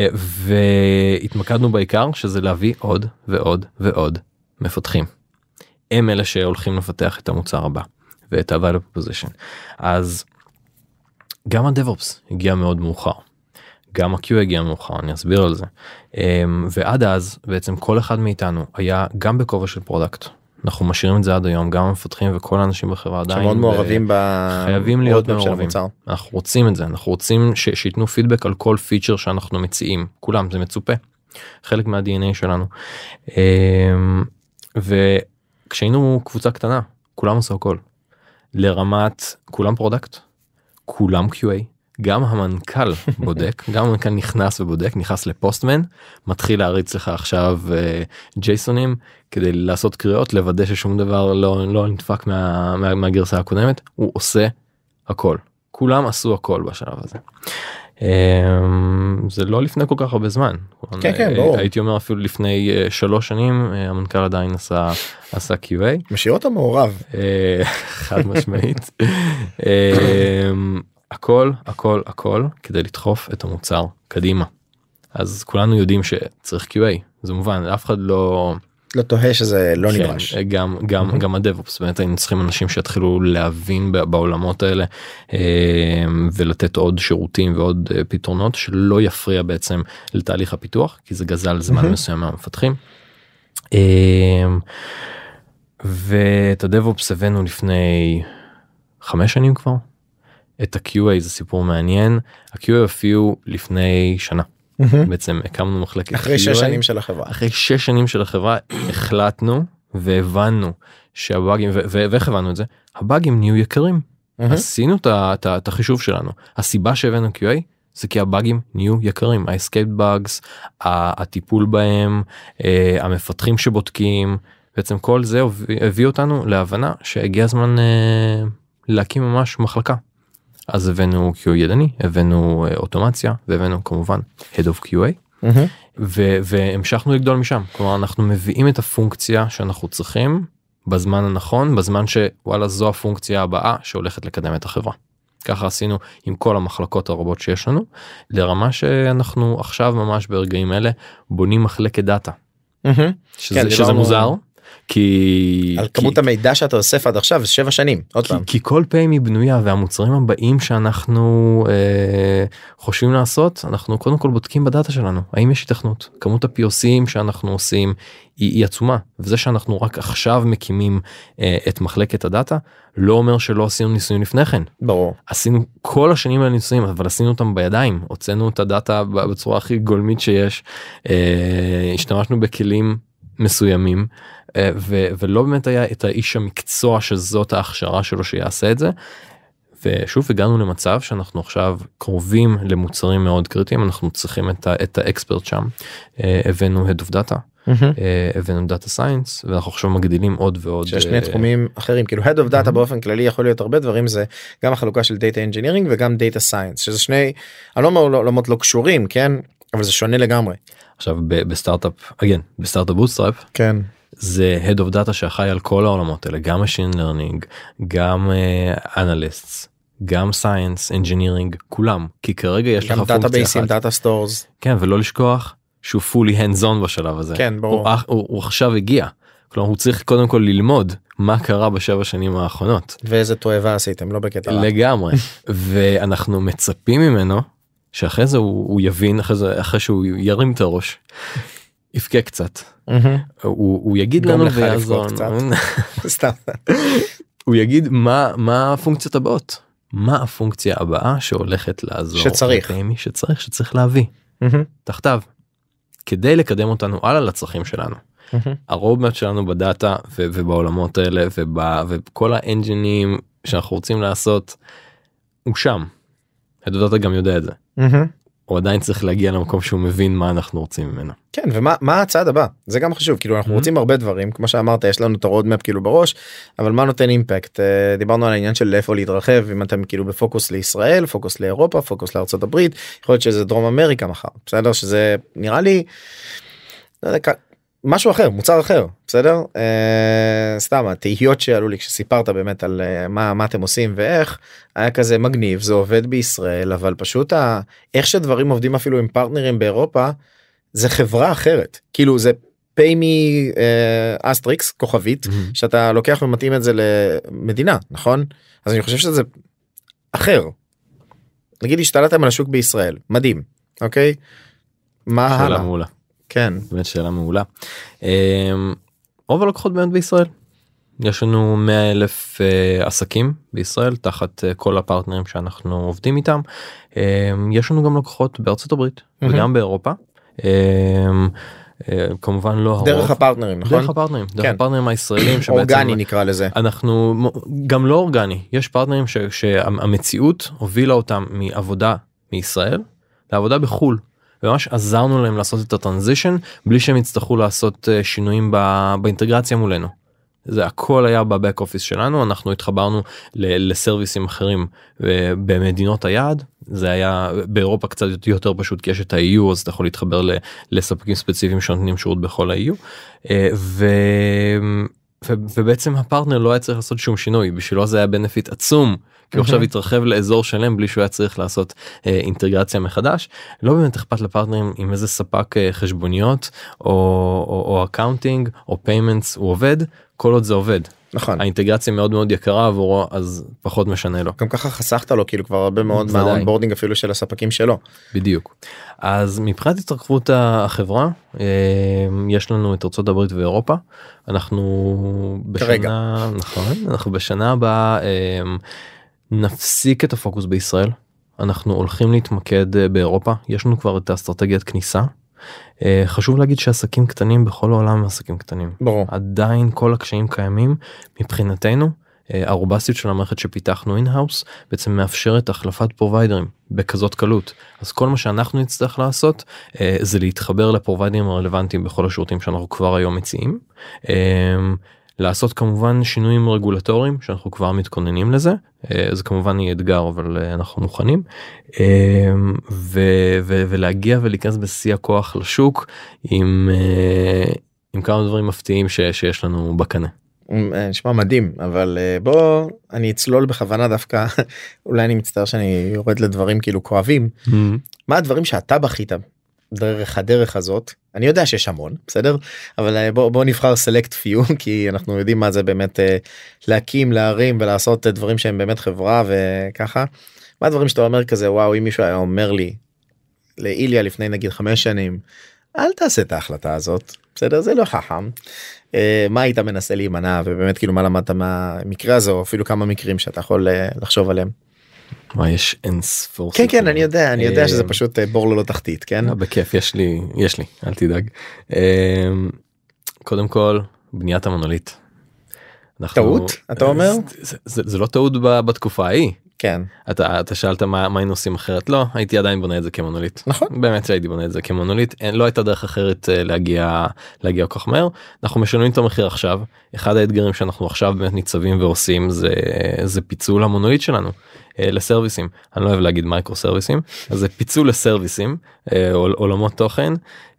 והתמקדנו בעיקר שזה להביא עוד ועוד ועוד מפתחים. הם אלה שהולכים לפתח את המוצר הבא ואת ה-value proposition. אז גם ה-DevOps הגיע מאוד מאוחר, גם ה-קיו איי הגיע מאוחר, אני אסביר על זה. ועד אז בעצם כל אחד מאיתנו היה גם בכובע של פרודקט, אנחנו משאירים את זה עד היום, גם המפתחים וכל האנשים בחברה עדיין שמאוד מעורבים ב... חייבים להיות מעורבים, אנחנו רוצים את זה, אנחנו רוצים ש... שיתנו פידבק על כל פיצ'ר שאנחנו מציעים, כולם, זה מצופה, חלק מה-די אן איי שלנו. ו... כשהיינו קבוצה קטנה, כולם עשו הכל. לרמת, כולם פרודקט, כולם קיו איי, גם המנכ"ל בודק, גם המנכ"ל נכנס ובודק, נכנס לפוסטמן, מתחיל להריץ לך עכשיו ג'ייסונים, כדי לעשות קריאות, לוודא ששום דבר לא, לא נדפק מה, מה, מהגרסה הקודמת, הוא עושה הכל. כולם עשו הכל בשלב הזה. זה לא לפני כל כך הרבה זמן. כן, כן, ברור. הייתי אומר אפילו לפני שלוש שנים, המנכ"ל עדיין עשה, עשה קיו איי. משאיר אותה מעורב. חד משמעית. הכל, הכל, הכל, כדי לדחוף את המוצר קדימה. אז כולנו יודעים שצריך קיו איי, זה מובן, אף אחד לא... לא תוהה שזה לא נדרש. גם, גם, גם הדב-אופס, באמת היינו צריכים אנשים שיתחילו להבין בעולמות האלה, ולתת עוד שירותים ועוד פתרונות, שלא יפריע בעצם לתהליך הפיתוח, כי זה גזל זמן מסוים מהמפתחים. ואת הדב-אופס הבאנו לפני חמש שנים כבר. את ה-קיו איי זה סיפור מעניין, ה-קיו איי הופיעו לפני שנה. בעצם הקמנו מחלקת אחרי שש שנים של החברה אחרי שש שנים של החברה החלטנו והבנו שהבאגים ואיך הבנו את זה, הבאגים נהיו יקרים, עשינו את החישוב שלנו, הסיבה שהבאנו קיו איי זה כי הבאגים נהיו יקרים, ה-escaped bugs, הטיפול בהם, המפתחים שבודקים, בעצם כל זה הביא אותנו להבנה שהגיע הזמן להקים ממש מחלקה אז הבאנו קיו איי ידני, הבאנו אוטומציה, והבאנו כמובן Head of קיו איי, ו- והמשכנו לגדול משם. כלומר, אנחנו מביאים את הפונקציה שאנחנו צריכים בזמן הנכון, בזמן שוואלה זו הפונקציה הבאה שהולכת לקדם את החברה. ככה עשינו עם כל המחלקות הרבות שיש לנו, לרמה שאנחנו עכשיו ממש ברגעים אלה בונים מחלקת דאטה. שזה, כן, שזה מוזר. כי על כמות כי, המידע שאתה אוסף עד עכשיו זה שבע שנים עוד כי, פעם כי כל פעם היא בנויה והמוצרים הבאים שאנחנו אה, חושבים לעשות אנחנו קודם כל בודקים בדאטה שלנו האם יש התכנות. כמות ה-פי או סי'ים שאנחנו עושים היא, היא עצומה, וזה שאנחנו רק עכשיו מקימים אה, את מחלקת הדאטה לא אומר שלא עשינו ניסויים לפני כן. ברור, עשינו כל השנים על ניסויים אבל עשינו אותם בידיים, הוצאנו את הדאטה בצורה הכי גולמית שיש, אה, השתמשנו בכלים מסוימים ו- ולא באמת היה את האיש המקצוע שזאת ההכשרה שלו שיעשה את זה. ושוב הגענו למצב שאנחנו עכשיו קרובים למוצרים מאוד קריטיים, אנחנו צריכים את, ה- את האקספרט שם. הבאנו Head of Data, הבאנו Data Science, ואנחנו עכשיו מגדילים עוד ועוד. שיש שני תחומים אחרים, כאילו Head of Data באופן כללי יכול להיות הרבה דברים, זה גם החלוקה של Data Engineering וגם Data Science, שזה שני, אני לא אומר עולמות לא קשורים, כן, אבל זה שונה לגמרי. עכשיו בסטארט-אפ, again, בסטארט-אפ בוטסטראפ, כן. זה Head of Data שאחראי על כל העולמות האלה, גם Machine Learning, גם uh, Analysts, גם Science, Engineering, כולם, כי כרגע יש לך פונקציה אחת. גם Data Stores. כן, ולא לשכוח שהוא fully hands on בשלב הזה. כן, ברור. הוא, הוא, הוא עכשיו הגיע, כלומר הוא צריך קודם כל ללמוד מה קרה בשבע שנים האחרונות. ואיזה תועבה עשיתם, לא בקטע. לגמרי, ואנחנו מצפים ממנו שאחרי זה הוא, הוא יבין, אחרי, זה, אחרי שהוא ירים את הראש, יפקה קצת. הוא יגיד לנו ויעזור, הוא יגיד מה מה הפונקציות הבאות, מה הפונקציה הבאה שהולכת לעזור שצריך שצריך שצריך להביא תחתיו כדי לקדם אותנו הלאה לצרכים שלנו. הרובמט שלנו בדאטה ובעולמות האלה ובכל האנג'ינים שאנחנו רוצים לעשות הוא שם. הדאטה גם יודע את זה. הוא עדיין צריך להגיע למקום שהוא מבין מה אנחנו רוצים ממנו. כן, ומה מה הצעד הבא? זה גם חשוב, כאילו אנחנו רוצים הרבה דברים, כמו שאמרת, יש לנו את הרודמפ כאילו בראש, אבל מה נותן אימפקט? דיברנו על העניין של איפה להתרחב, אם אתם כאילו בפוקוס לישראל, פוקוס לאירופה, פוקוס לארצות הברית, יכול להיות שזה דרום אמריקה מחר, בסדר? שזה נראה לי משהו אחר, מוצר אחר, בסדר? אה, סתם, התהיות שעלו לי כשסיפרת באמת על אה, מה, מה אתם עושים ואיך, היה כזה מגניב, זה עובד בישראל, אבל פשוט ה, איך שדברים עובדים אפילו עם פרטנרים באירופה, זה חברה אחרת, כאילו זה pay me אה, אסטריקס, כוכבית, mm-hmm. שאתה לוקח ומתאים את זה למדינה, נכון? אז אני חושב שזה אחר. נגיד, השתלטתם על השוק בישראל, מדהים, אוקיי? מה הלאה? שאלה מעולה. כן. באמת שאלה מעולה. רוב הלקוחות באמת בישראל. יש לנו מאה אלף עסקים בישראל תחת כל הפרטנרים שאנחנו עובדים איתם. יש לנו גם לקוחות בארצות הברית וגם באירופה. כמובן לא דרך הרוב. הפרטנרים, נכון? דרך הפרטנרים, דרך כן. הפרטנרים הישראלים שבעצם אורגני נקרא לזה. אנחנו גם לא אורגני, יש פרטנרים ש, שהמציאות הובילה אותם מעבודה מישראל לעבודה בחול. וממש עזרנו להם לעשות את הטרנזישן בלי שהם יצטרכו לעשות שינויים באינטגרציה מולנו. זה הכל היה בבק אופיס שלנו, אנחנו התחברנו לסרוויסים אחרים במדינות היעד, זה היה באירופה קצת יותר פשוט כי יש את ה-אי יו, אז אתה יכול להתחבר לספקים ספציפיים שנותנים שירות בכל ה-אי יו, ו... ובעצם הפרטנר לא היה צריך לעשות שום שינוי, בשבילו זה היה בנפיט עצום, כי הוא עכשיו התרחב לאזור שלם בלי שהוא היה צריך לעשות אה, אינטגרציה מחדש. לא באמת אכפת לפרטנרים עם איזה ספק אה, חשבוניות או, או, או אקאונטינג או פיימנטס הוא עובד, כל עוד זה עובד. נכון. האינטגרציה מאוד מאוד יקרה עבורו, אז פחות משנה לו. גם ככה חסכת לו כאילו כבר הרבה מאוד מהאונבורדינג אפילו של הספקים שלו. בדיוק. אז מבחינת התרחבות החברה, יש לנו את ארצות הברית ואירופה. אנחנו בשנה, נכון, אנחנו בשנה הבאה נפסיק את הפוקוס בישראל. אנחנו הולכים להתמקד באירופה. יש לנו כבר את האסטרטגיית כניסה. Uh, חשוב להגיד שעסקים קטנים בכל העולם עסקים קטנים. ברור. עדיין כל הקשיים קיימים מבחינתנו. Uh, הרובסטיות של המערכת שפיתחנו אין-האוס בעצם מאפשרת החלפת פרוביידרים בכזאת קלות. אז כל מה שאנחנו נצטרך לעשות uh, זה להתחבר לפרוביידרים הרלוונטיים בכל השירותים שאנחנו כבר היום מציעים. Uh, לעשות כמובן שינויים רגולטוריים שאנחנו כבר מתכוננים לזה, זה כמובן יהיה אתגר אבל אנחנו מוכנים, ו- ו- ולהגיע ולהיכנס בשיא הכוח לשוק עם, עם כמה דברים מפתיעים ש- שיש לנו בקנה. נשמע מדהים, אבל בוא אני אצלול בכוונה דווקא, אולי אני מצטער שאני יורד לדברים כאילו כואבים, מה הדברים שאתה בכית דרך הדרך הזאת? אני יודע שיש המון, בסדר? אבל בוא, בוא נבחר סלקט פיו, כי אנחנו יודעים מה זה באמת להקים, להרים ולעשות דברים שהם באמת חברה וככה. מה הדברים שאתה אומר כזה, וואו, אם מישהו היה אומר לי, לאיליה לפני נגיד חמש שנים, אל תעשה את ההחלטה הזאת, בסדר? זה לא חכם. מה היית מנסה להימנע, ובאמת כאילו מה למדת מהמקרה הזה, או אפילו כמה מקרים שאתה יכול לחשוב עליהם? מה, יש אין ספור. כן כן אני יודע אני יודע שזה פשוט בור ללא תחתית, כן? בכיף, יש לי יש לי אל תדאג. קודם כל בניית המונוליט. טעות אתה אומר? זה לא טעות בתקופה ההיא. כן. אתה אתה שאלת מה מה היינו עושים אחרת, לא הייתי עדיין בונה את זה כמונוליט. נכון. באמת שהייתי בונה את זה כמונוליט, לא הייתה דרך אחרת להגיע להגיע כל כך מהר. אנחנו משלמים את המחיר עכשיו. אחד האתגרים שאנחנו עכשיו באמת ניצבים ועושים זה זה פיצול המונוליט שלנו לסרוויסים. אני לא אוהב להגיד מייקרו סרוויסים, אז זה פיצול לסרוויסים, עולמות תוכן,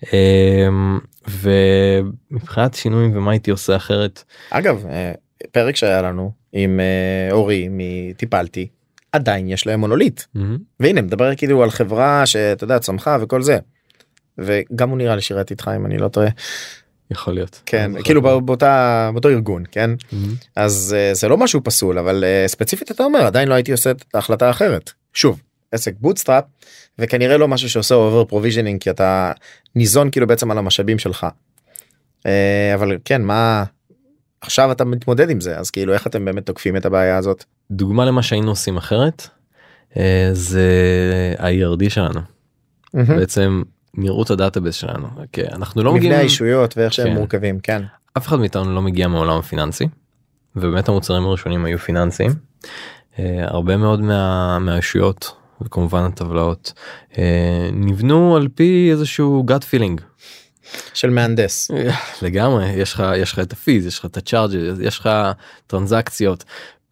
ומבחינת שינויים ומה הייתי עושה אחרת. אגב, פרק שהיה לנו עם אורי מטיפלתי, עדיין יש להם מונוליט, והנה מדבר כאילו על חברה שאתה יודע צמחה וכל זה, וגם הוא נראה לי שירת איתך אם אני לא טועה. יכול להיות. כן, כאילו באותה, באותו ארגון, כן? אז זה לא משהו פסול, אבל ספציפית אתה אומר, עדיין לא הייתי עושה את ההחלטה האחרת. שוב, עסק בוטסטראפ, וכנראה לא משהו שעושה אובר פרוביז'נינג, כי אתה ניזון כאילו בעצם על המשאבים שלך. אבל כן, מה... עכשיו אתה מתמודד עם זה, אז כאילו איך אתם באמת תוקפים את הבעיה הזאת? דוגמה למה שהיינו עושים אחרת, זה ה-E R D שלנו. בעצם... נראות הדאטאבייס שלנו, כי אנחנו לא מגיעים... מבנה האישויות ואיך שהם מורכבים, כן. אף אחד מאיתנו לא מגיע מעולם הפיננסי, ובאמת המוצרים הראשונים היו פיננסיים. הרבה מאוד מהאישויות, וכמובן הטבלאות, נבנו על פי איזשהו gut feeling. של מהנדס. לגמרי, יש לך, יש לך את הפיז, יש לך את הצ'ארג', יש לך טרנזקציות,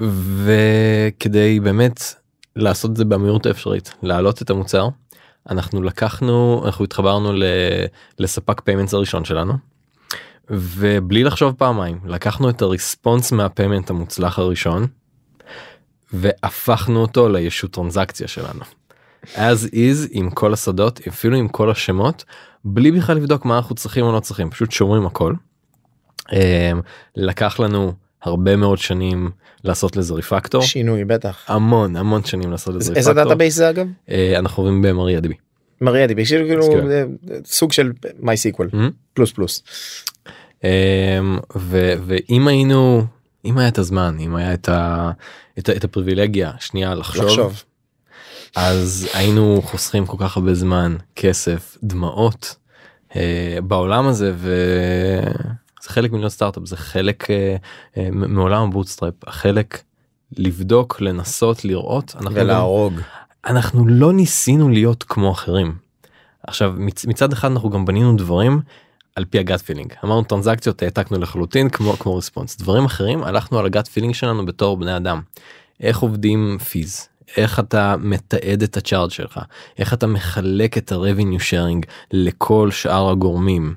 וכדי באמת לעשות את זה במהירות האפשרית, להעלות את המוצר, אנחנו לקחנו, אנחנו התחברנו לספק פיימנטס הראשון שלנו, ובלי לחשוב פעמיים, לקחנו את הריספונס מהפיימנט המוצלח הראשון, והפכנו אותו לישות טרנזקציה שלנו. as is עם כל השדות, אפילו עם כל השמות, בלי בכלל לבדוק מה אנחנו צריכים או לא צריכים, פשוט שומרים הכל. לקח לנו הרבה מאוד שנים לעשות לזה ריפקטור. שינוי בטח. המון המון שנים לעשות לזה ריפקטור. איזה דאטאבייס זה אגב? אנחנו עובדים במריאדיבי. מריאדיבי, כאילו סוג של MySQL פלוס פלוס. ואם היינו, אם היה את הזמן, אם היה את הפריבילגיה שנייה לחשוב, אז היינו חוסכים כל כך הרבה זמן, כסף, דמעות בעולם הזה, וזה חלק מלהיות סטארט-אפ, זה חלק מעולם הבוטסטראפ, החלק לבדוק, לנסות, לראות. ולהרוג. אנחנו לא ניסינו להיות כמו אחרים. עכשיו, מצד אחד אנחנו גם בנינו דברים על פי הגאט פילינג. אמרנו טרנזקציות, העתקנו לחלוטין כמו, כמו ריספונס. דברים אחרים, הלכנו על הגאט פילינג שלנו בתור בני אדם. איך עובדים פיז? איך אתה מתעד את הצ'ארג' שלך? איך אתה מחלק את ה-revenue sharing לכל שאר הגורמים?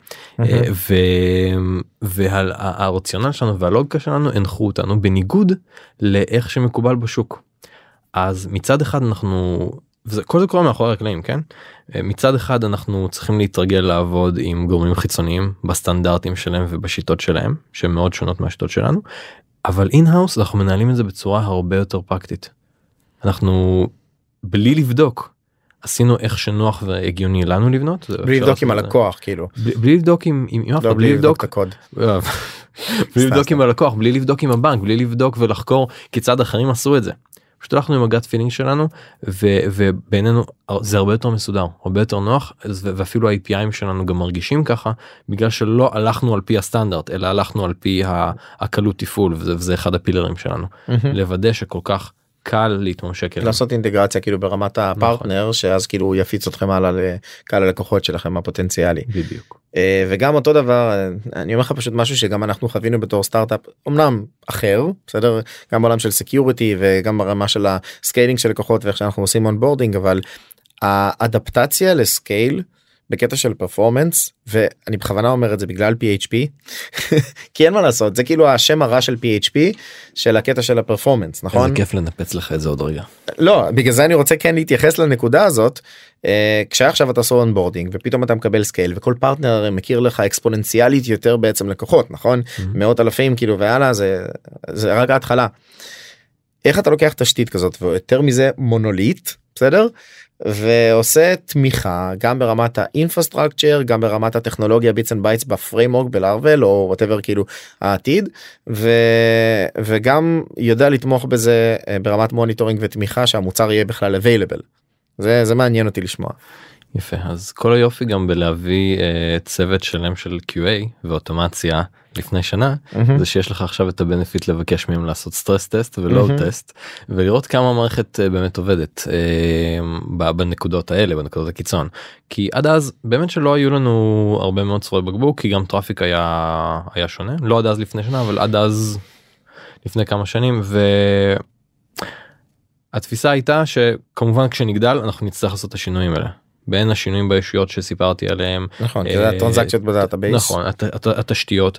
והרציונל שלנו והלוגיקה שלנו הנחו אותנו בניגוד לאיך שמקובל בשוק. אז מצד אחד אנחנו, וזה, כל זה קורה מאחורי הקלעים, כן? מצד אחד אנחנו צריכים להתרגל לעבוד עם גורמים חיצוניים בסטנדרטים שלהם ובשיטות שלהם, שהן מאוד שונות מהשיטות שלנו, אבל אין-האוס אנחנו מנהלים את זה בצורה הרבה יותר פרקטית. אנחנו, בלי לבדוק, עשינו איך שנוח והגיוני לנו לבנות. בלי לבדוק עם הלקוח, כאילו. בלי לבדוק עם אף אחד, בלי לבדוק את הקוד. בלי לבדוק עם הלקוח, בלי לבדוק עם הבנק, בלי לבדוק ולחקור כיצד אחרים עשו את זה. פשוט הלכנו עם הגאט פילינג שלנו, ובינינו זה הרבה יותר מסודר, הרבה יותר נוח, ואפילו ה-איי פי איי שלנו גם מרגישים ככה, בגלל שלא הלכנו על פי הסטנדרט, אלא הלכנו על פי הקלות תפעול, וזה אחד הפילרים שלנו. לוודא שכל כך קל להתממשק אליו. לעשות אינטגרציה כאילו ברמת הפרטנר, שאז כאילו יפיץ אתכם הלאה לקהל הלקוחות שלכם הפוטנציאלי. בדיוק. וגם אותו דבר, אני אומר לך פשוט משהו שגם אנחנו חווינו בתור סטארט-אפ, אמנם אחר, בסדר? גם בעולם של סקיוריטי וגם ברמה של הסקיילינג של לקוחות ואיך שאנחנו עושים אונבורדינג, אבל האדפטציה לסקייל בקטע של פרפורמנס, ואני בכוונה אומר את זה בגלל פי אייץ' פי, כי אין מה לעשות, זה כאילו השם הרע של פי אייץ' פי, של הקטע של הפרפורמנס, נכון? איזה כיף לנפץ לך את זה עוד רגע. לא, בגלל זה אני רוצה כן להתייחס לנקודה הזאת, כשעכשיו אתה עושה אונבורדינג, ופתאום אתה מקבל סקייל, וכל פרטנר מכיר לך אקספוננציאלית יותר בעצם לקוחות, נכון? מאות אלפים כאילו, והלאה, זה רק ההתחלה. איך אתה לוקח תשתית כזאת, ויותר מזה מונוליט, בסדר? ועושה תמיכה גם ברמת האינפרסטרקצ'ר, גם ברמת הטכנולוגיה ביטס אנד בייטס בפריימורק בלארוול או whatever כאילו העתיד, ו... וגם יודע לתמוך בזה ברמת מוניטורינג ותמיכה שהמוצר יהיה בכלל available. זה, זה מעניין אותי לשמוע. יפה, אז כל היופי גם בלהביא uh, צוות שלם של קיו איי ואוטומציה לפני שנה, mm-hmm. זה שיש לך עכשיו את הבנפיט לבקש מהם לעשות סטרס טסט ולואוד mm-hmm. טסט, ולראות כמה המערכת uh, באמת עובדת uh, בנקודות האלה, בנקודות הקיצון. כי עד אז באמת שלא היו לנו הרבה מאוד צורי בקבוק, כי גם טראפיק היה, היה שונה, לא עד אז לפני שנה, אבל עד אז לפני כמה שנים, ו... התפיסה הייתה שכמובן כשנגדל אנחנו נצטרך לעשות את השינויים האלה. בין השינויים בישויות שסיפרתי עליהם. נכון, זה הטרנזקציות בדאטאבייס. נכון, התשתיות,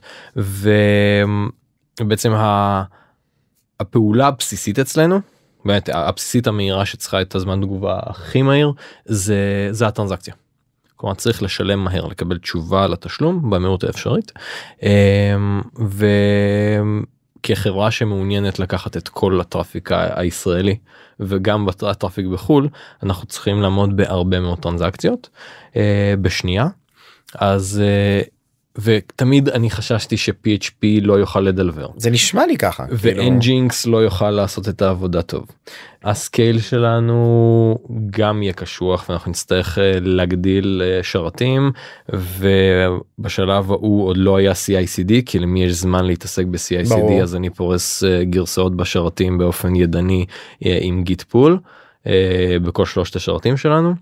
ובעצם הפעולה הבסיסית אצלנו, באמת הבסיסית המהירה שצריכה את הזמן תגובה הכי מהיר, זה, זה הטרנזקציה. כלומר צריך לשלם מהר, לקבל תשובה לתשלום במהירות האפשרית, ו... כחברה שמעוניינת לקחת את כל הטראפיק הישראלי וגם הטראפיק בחול, אנחנו צריכים לעמוד בהרבה מאוד טרנזקציות אה, בשנייה. אז אה, ותמיד אני חששתי ש-פי אייץ' פי לא יוכל לדלבר. זה נשמע לי ככה. ו-Nginx לא יוכל לעשות את העבודה טוב. הסקייל שלנו גם יהיה קשוח ואנחנו נצטרך להגדיל שרתים, ובשלב ההוא עוד לא היה סי איי סי די, כי למי יש זמן להתעסק ב-סי איי סי די, ברור. אז אני פורס גרסאות בשרתים באופן ידני עם גיט פול, בכל שלושת השרתים שלנו.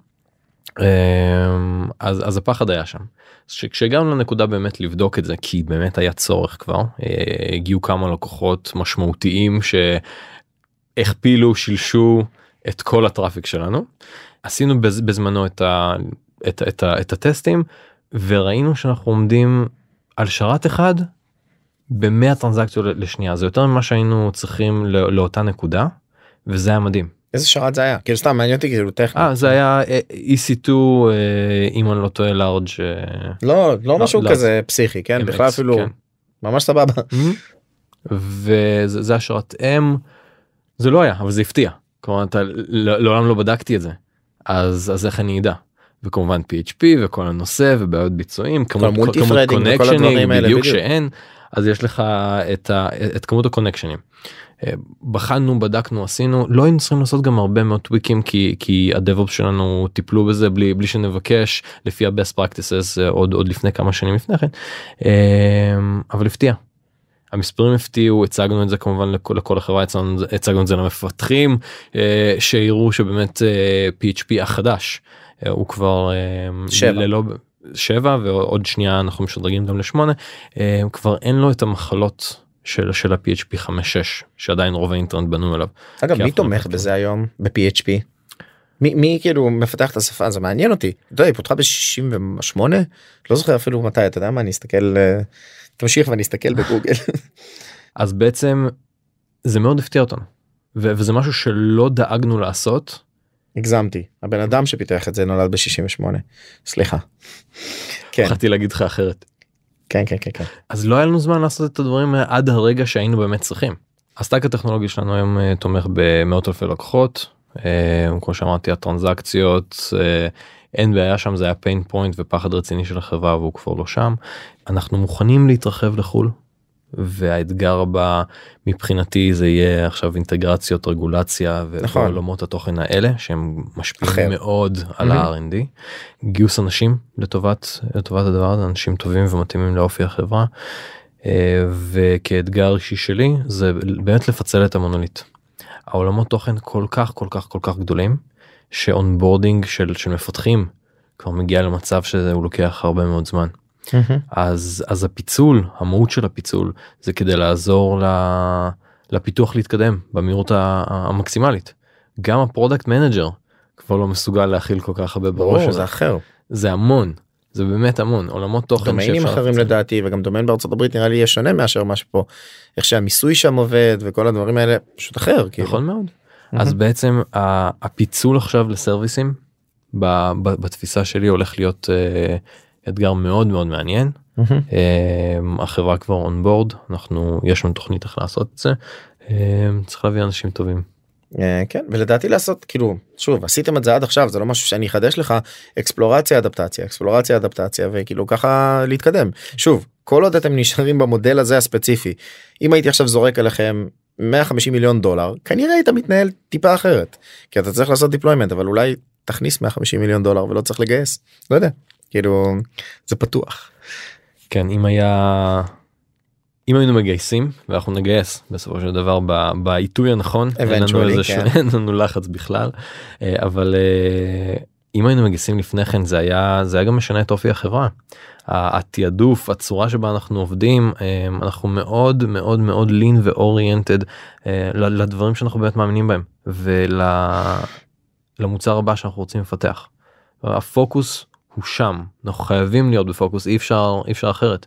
אז, אז הפחד היה שם. כשהגענו לנקודה באמת לבדוק את זה, כי באמת היה צורך כבר, הגיעו כמה לקוחות משמעותיים שהכפילו, שילשו את כל הטראפיק שלנו. עשינו בזמנו את, ה, את, את, ה, את הטסטים, וראינו שאנחנו עומדים על שרת אחד ב-מאה טרנזקציות לשנייה. זה יותר ממה שהיינו צריכים לא, לאותה נקודה, וזה היה מדהים. איזה שרת זה היה? כאילו סתם מעניין אותי כאילו טכנית. אה, זה היה אי סי טו, אם אני לא טועה לארג'. לא, לא משהו כזה פסיכי, כן? בכלל אפילו ממש סבבה. וזה השרת M, זה לא היה, אבל זה הפתיע. כלומר, לעולם לא בדקתי את זה. אז איך אני אדע? וכמובן פי אייץ' פי וכל הנושא ובעיות ביצועים, כמות קונקשנים, בדיוק שאין, אז יש לך את כמות הקונקשנים. בחנו, בדקנו, עשינו, לא היינו צריכים לעשות גם הרבה מאוד טוויקים, כי, כי הדב-אופס שלנו טיפלו בזה בלי, בלי שנבקש, לפי ה-best practices עוד, עוד לפני כמה שנים לפני כן, אבל הפתיע. המספרים הפתיעו, הצגנו את זה כמובן לכל, לכל החברה, הצגנו, הצגנו את זה למפתחים, שיראו שבאמת פי אייץ' פי החדש, הוא כבר שבע. ללא... שבע, ועוד שנייה אנחנו משדרגים גם לשמונה, כבר אין לו את המחלות של, של ה-פי אייץ' פי חמש שש, שעדיין רוב האינטרנט בנו אליו. אגב, מי תומך בזה היום ב-פי אייץ' פי? מי, מי כאילו מפתח את השפה? זה מעניין אותי. אתה יודע, היא פותחה ב-שישים ושמונה? לא זוכר אפילו מתי, אתה יודע מה, אני אסתכל, תמשיך ואני אסתכל בגוגל. אז בעצם זה מאוד הפתיע אותנו, ו- וזה משהו שלא דאגנו לעשות. הגזמתי, הבן אדם שפיתח את זה נולד ב-שישים ושמונה, סליחה. כן. יכולתי להגיד לך אחרת. כן, כן, כן, כן. אז לא היה לנו זמן לעשות את הדברים עד הרגע שהיינו באמת צריכים. הסטאק הטכנולוגי שלנו היום תומך במאות אלפי לקוחות, כמו שאמרתי, הטרנזקציות, אין בעיה שם, זה היה פיין פוינט ופחד רציני של החברה והוא כבר לא שם. אנחנו מוכנים להתרחב לחול, והאתגר הבא מבחינתי זה יהיה עכשיו אינטגרציות, רגולציה ועולמות התוכן האלה שהם משפיעים מאוד על ה-אר אנד די, גיוס אנשים לטובת לטובת הדבר הזה, אנשים טובים ומתאימים לאופי החברה, וכאתגר אישי שלי זה באמת לפצל את המונוליט. העולמות תוכן כל כך כל כך כל כך גדולים שאונבורדינג של של מפתחים כבר מגיע למצב שזה הוא לוקח הרבה מאוד זמן. אז אז הפיצול, המהות של הפיצול זה כדי לעזור לפיתוח להתקדם במהירות המקסימלית. גם הפרודקט מנג'ר כבר לא מסוגל להכיל כל כך הרבה בראש. ברור, זה אחר. זה המון, זה באמת המון, עולמות תוכן. דומיינים אחרים לדעתי, וגם דומיין בארצות הברית נראה לי יהיה שונה מאשר מה שפה. איך שהמיסוי שם עובד וכל הדברים האלה פשוט אחר. נכון מאוד. אז בעצם הפיצול עכשיו לסרוויסים בתפיסה שלי הולך להיות אתגר מאוד מאוד מעניין. החברה כבר און בורד, אנחנו יש לנו תוכנית איך לעשות את זה, צריך להביא אנשים טובים. כן, ולדעתי לעשות כאילו שוב עשיתם את זה עד עכשיו, זה לא משהו שאני אחדש לך, אקספלורציה אדפטציה אקספלורציה אדפטציה וכאילו ככה להתקדם. שוב, כל עוד אתם נשארים במודל הזה הספציפי, אם הייתי עכשיו זורק עליכם מאה וחמישים מיליון דולר, כנראה היית מתנהל טיפה אחרת, כי אתה צריך לעשות דיפלוימנט, אבל אולי תכניס מאה וחמישים מיליון דולר ולא צריך לגייס, לא יודע, כאילו זה פתוח. כן, אם היה אם היינו מגייסים ואנחנו נגייס בסופו של דבר בעיתוי הנכון, אין לנו איזה אין לנו לחץ בכלל, אבל אם היינו מגייסים לפני כן זה היה זה היה גם משנה את אופי החברה. התיעדוף, הצורה שבה אנחנו עובדים, אנחנו מאוד מאוד מאוד lean ו-oriented לדברים שאנחנו באמת מאמינים בהם ולמוצר הבא שאנחנו רוצים לפתח. הפוקוס הוא שם, אנחנו חייבים להיות בפוקוס, אי אפשר אי אפשר אחרת.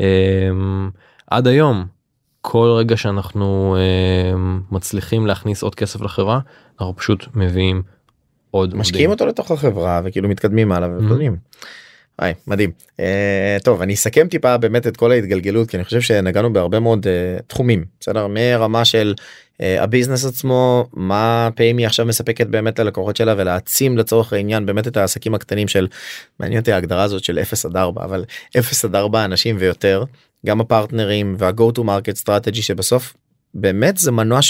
עד היום כל רגע שאנחנו מצליחים להכניס עוד כסף לחברה, אנחנו פשוט מביאים עוד משקיעים אותו לתוך החברה וכאילו מתקדמים הלאה ובונים. היי, מדהים. Uh, טוב, אני אסכם טיפה באמת את כל ההתגלגלות, כי אני חושב שנגענו בהרבה מאוד uh, תחומים, בסדר? מרמה של uh, הביזנס עצמו, מה פיימי עכשיו מספקת באמת ללקוחות שלה, ולהעצים לצורך העניין באמת את העסקים הקטנים של, מעניין אותי ההגדרה הזאת של אפס עד ארבע, אבל אפס עד ארבע אנשים ויותר, גם הפרטנרים וה-go to market strategy, שבסוף באמת זה מנוע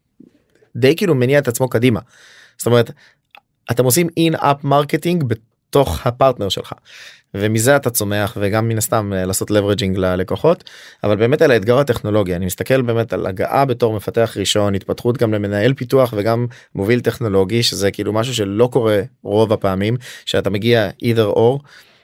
שדי כאילו מניע את עצמו קדימה. זאת אומרת, אתם עושים in-app marketing בתוך הפרטנר שלך. ומזה אתה צומח, וגם מן הסתם לעשות לברג'ינג ללקוחות, אבל באמת על האתגר הטכנולוגי, אני מסתכל באמת על הגעה בתור מפתח ראשון, התפתחות גם למנהל פיתוח וגם מוביל טכנולוגי, שזה כאילו משהו שלא קורה רוב הפעמים, שאתה מגיע either or,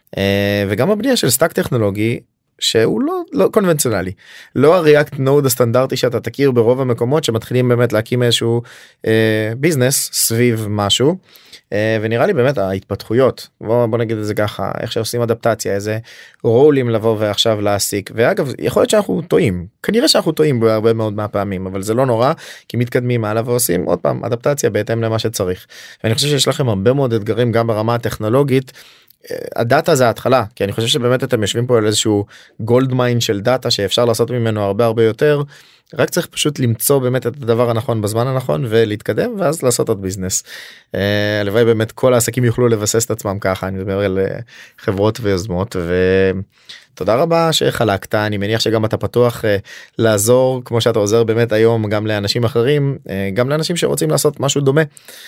וגם הבנייה של סטאק טכנולוגי, שהוא לא, לא קונבנציונלי, לא הריאקט נוד הסטנדרטי שאתה תכיר ברוב המקומות, שמתחילים באמת להקים איזשהו אה, ביזנס סביב משהו, אה, ונראה לי באמת ההתפתחויות, בוא, בוא נגיד את זה ככה, איך שעושים אדפטציה, איזה רולים לבוא ועכשיו להסיק, ואגב יכול להיות שאנחנו טועים, כנראה שאנחנו טועים בהרבה מאוד מהפעמים, אבל זה לא נורא, כי מתקדמים הלאה ועושים עוד פעם אדפטציה בהתאם למה שצריך, ואני חושב שיש לכם הרבה מאוד אתגרים גם ברמה הטכנולוגית, הדאטה זה ההתחלה, כי אני חושב שבאמת אתם יושבים פה על איזשהו גולד מיין של דאטה שאפשר לעשות ממנו הרבה הרבה יותר, רק צריך פשוט למצוא באמת את הדבר הנכון בזמן הנכון ולהתקדם ואז לעשות עוד ביזנס. הלוואי באמת כל העסקים יוכלו לבסס את עצמם ככה, אני מדבר על חברות ויוזמות, ותודה רבה שחלקת, אני מניח שגם אתה פתוח לעזור כמו שאתה עוזר באמת היום גם לאנשים אחרים, גם לאנשים שרוצים לעשות משהו דומה.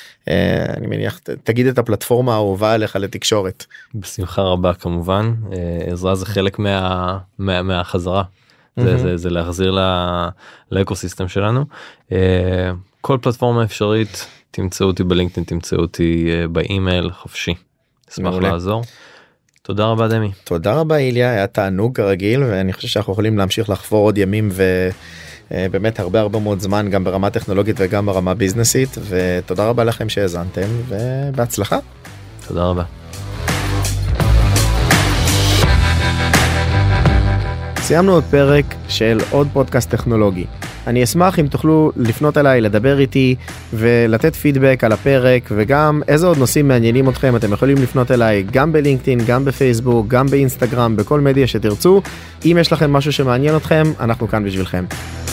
אני מניח תגיד את הפלטפורמה האהובה עליך לתקשורת. בשמחה רבה כמובן, עזרה זה חלק מה, מה, מהחזרה, זה, זה, זה להחזיר לאקוסיסטם שלנו. כל פלטפורמה אפשרית, תמצאו אותי בלינקדאין, תמצאו אותי באימייל, חופשי, אשמח לעזור. תודה רבה דמי. תודה רבה איליה, היה תענוג כרגיל, ואני חושב שאנחנו יכולים להמשיך לחפור עוד ימים ו... באמת הרבה הרבה מאוד זמן גם ברמה טכנולוגית וגם ברמה ביזנסית, ותודה רבה לכם שהאזנתם ובהצלחה. תודה רבה. סיימנו עוד פרק של עוד פודקאסט טכנולוגי. אני אשמח אם תוכלו לפנות אליי, לדבר איתי ולתת פידבק על הפרק, וגם איזה עוד נושאים מעניינים אתכם, אתם יכולים לפנות אליי גם בלינקדאין, גם בפייסבוק, גם באינסטגרם, בכל מדיה שתרצו. אם יש לכם משהו שמעניין אתכם, אנחנו כאן בשבילכם.